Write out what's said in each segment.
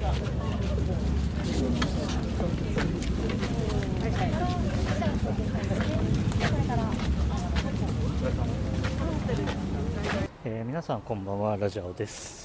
皆さんこんばんは、ラジオです。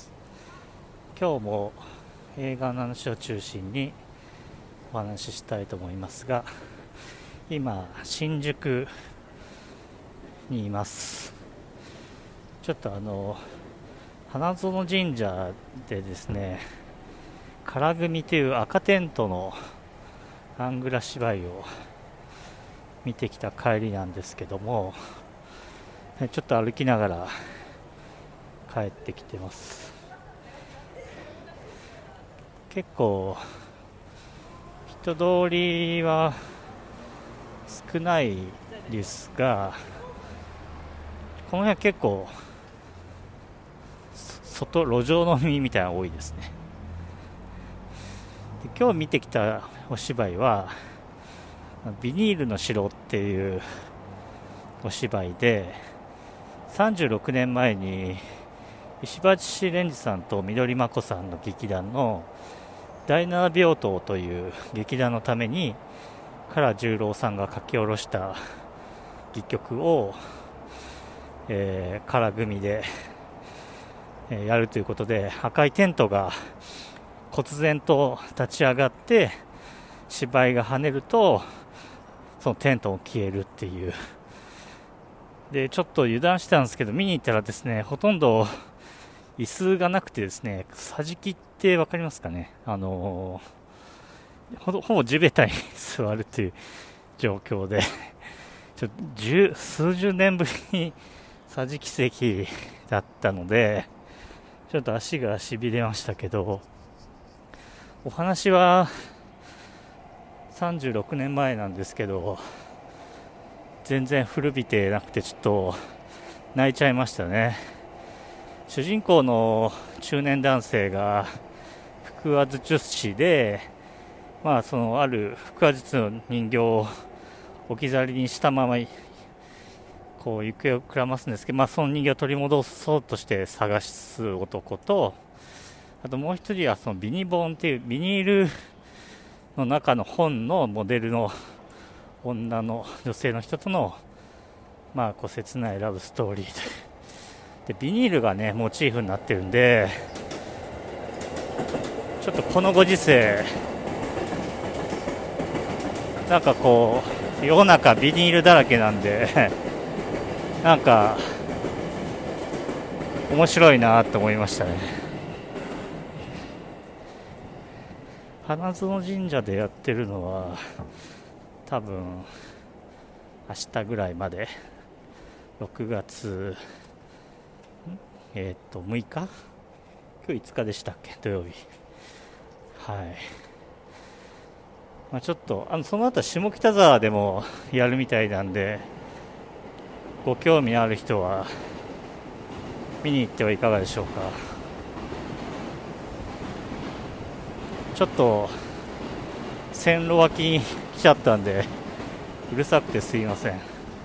今日も映画の話を中心にお話ししたいと思いますが、今新宿にいます。ちょっと花園神社でですね、唐組という赤テントのアングラ芝居を見てきた帰りなんですけども、ちょっと歩きながら帰ってきてます。結構人通りは少ないですが、この辺は結構路上飲みみたいなのが多いですね。で、今日見てきたお芝居はビニールの城っていうお芝居で、36年前に石橋蓮司さんと緑真子さんの劇団の第七病棟という劇団のために唐十郎さんが書き下ろした戯曲を、唐組で、やるということで、赤いテントが忽然と立ち上がって芝居が跳ねるとそのテントも消えるっていう。でちょっと油断してたんですけど、見に行ったらですね、ほとんど椅子がなくてですね、桟敷って分かりますかね、ほぼ地べたに座るという状況で数十年ぶりに桟敷席だったので、ちょっと足がしびれましたけど、お話は36年前なんですけど、全然古びてなくてちょっと泣いちゃいましたね。主人公の中年男性が腹話術師で、そのある腹話術の人形を置き去りにしたままこう行方をくらますんですけど、その人形を取り戻そうとして探す男と、あともう一人はそのビニボンっていうビニールの中の本のモデルの女性の人とのこう切ないラブストーリーで、ビニールがねモチーフになってるんで、ちょっとこのご時世なんかこう世の中ビニールだらけなんでなんか面白いなと思いましたね。花園神社でやってるのは多分明日ぐらいまで、6月6日、今日5日でしたっけ、土曜日。ちょっとその後下北沢でもやるみたいなんで、ご興味ある人は見に行ってはいかがでしょうか。ちょっと線路脇に来ちゃったんでうるさくてすいません。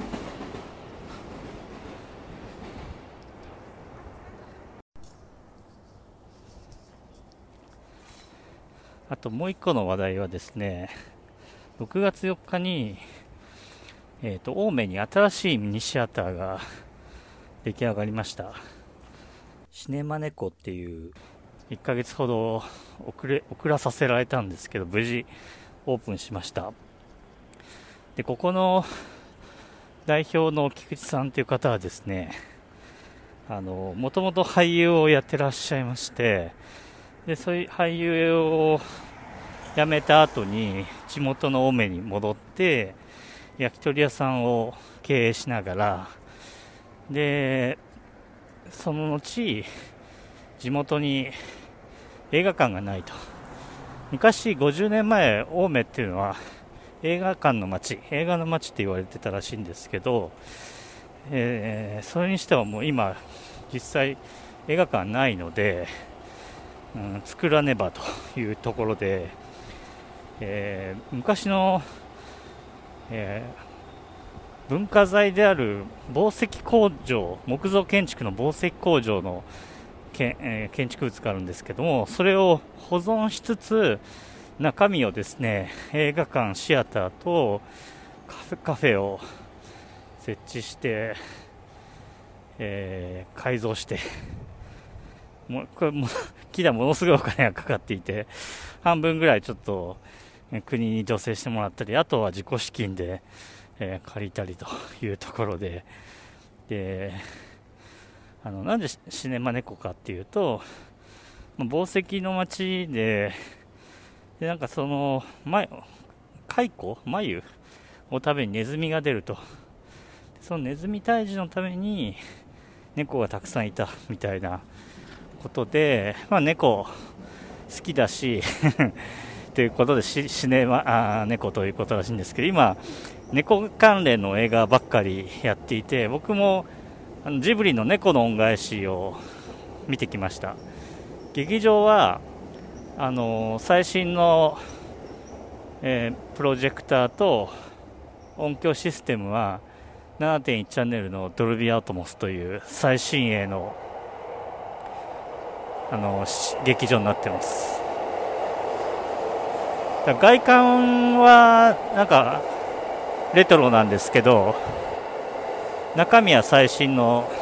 あともう一個の話題はですね、6月4日に、青梅に新しいミニシアターが出来上がりました。シネマネコっていう1ヶ月ほど遅らさせられたんですけど、無事オープンしました。でここの代表の菊池さんという方はですね、もともと俳優をやってらっしゃいまして、でそういう俳優を辞めた後に地元の青梅に戻って焼き鳥屋さんを経営しながら、でその後地元に映画館がないと。昔50年前青梅っていうのは映画の街って言われてたらしいんですけど、それにしてはもう今実際映画館ないので、作らねばというところで、昔の、文化財である紡績工場、木造建築の紡績工場の建築物があるんですけども、それを保存しつつ中身をですね、映画館、シアターとカフェを設置して、改造して、これも木はものすごいお金がかかっていて、半分ぐらいちょっと国に助成してもらったり、あとは自己資金で、借りたりというところで、なんでシネマネコかっていうと、紡績の街で、なんかその蚕を食べにネズミが出ると、そのネズミ退治のために猫がたくさんいたみたいなことで、猫好きだしということでシネマ猫ということらしいんですけど、今猫関連の映画ばっかりやっていて、僕もジブリの猫の恩返しを見てきました。劇場は最新の、プロジェクターと音響システムは 7.1 チャンネルのドルビーアートモスという最新鋭の、劇場になってます。外観はなんかレトロなんですけど、中身は最新の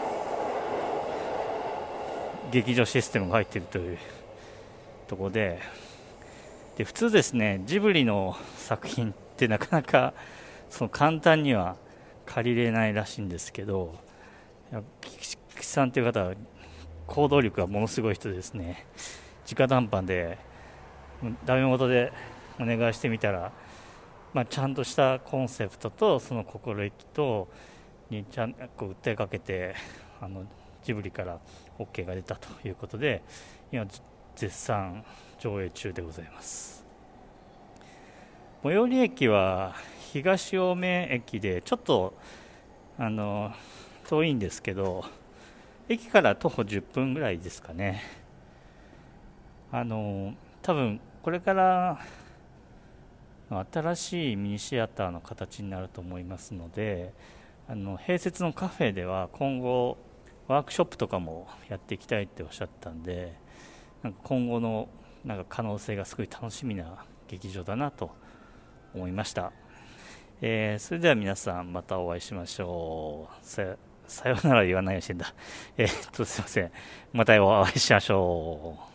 劇場システムが入っているというところで、普通ですね、ジブリの作品ってなかなかその簡単には借りれないらしいんですけど、菊池さんという方は行動力がものすごい人ですね。直談判でダメ元でお願いしてみたら、ちゃんとしたコンセプトとその心意気とにちゃんと訴えかけて、ジブリから OK が出たということで、今絶賛上映中でございます。最寄り駅は東青梅駅で、ちょっと遠いんですけど、駅から徒歩10分ぐらいですかね。多分これから新しいミニシアターの形になると思いますので、併設のカフェでは今後ワークショップとかもやっていきたいっておっしゃったんで、なんか今後の可能性がすごい楽しみな劇場だなと思いました。それでは皆さんまたお会いしましょう。さようなら言わないようにしてんだ。すいません。またお会いしましょう。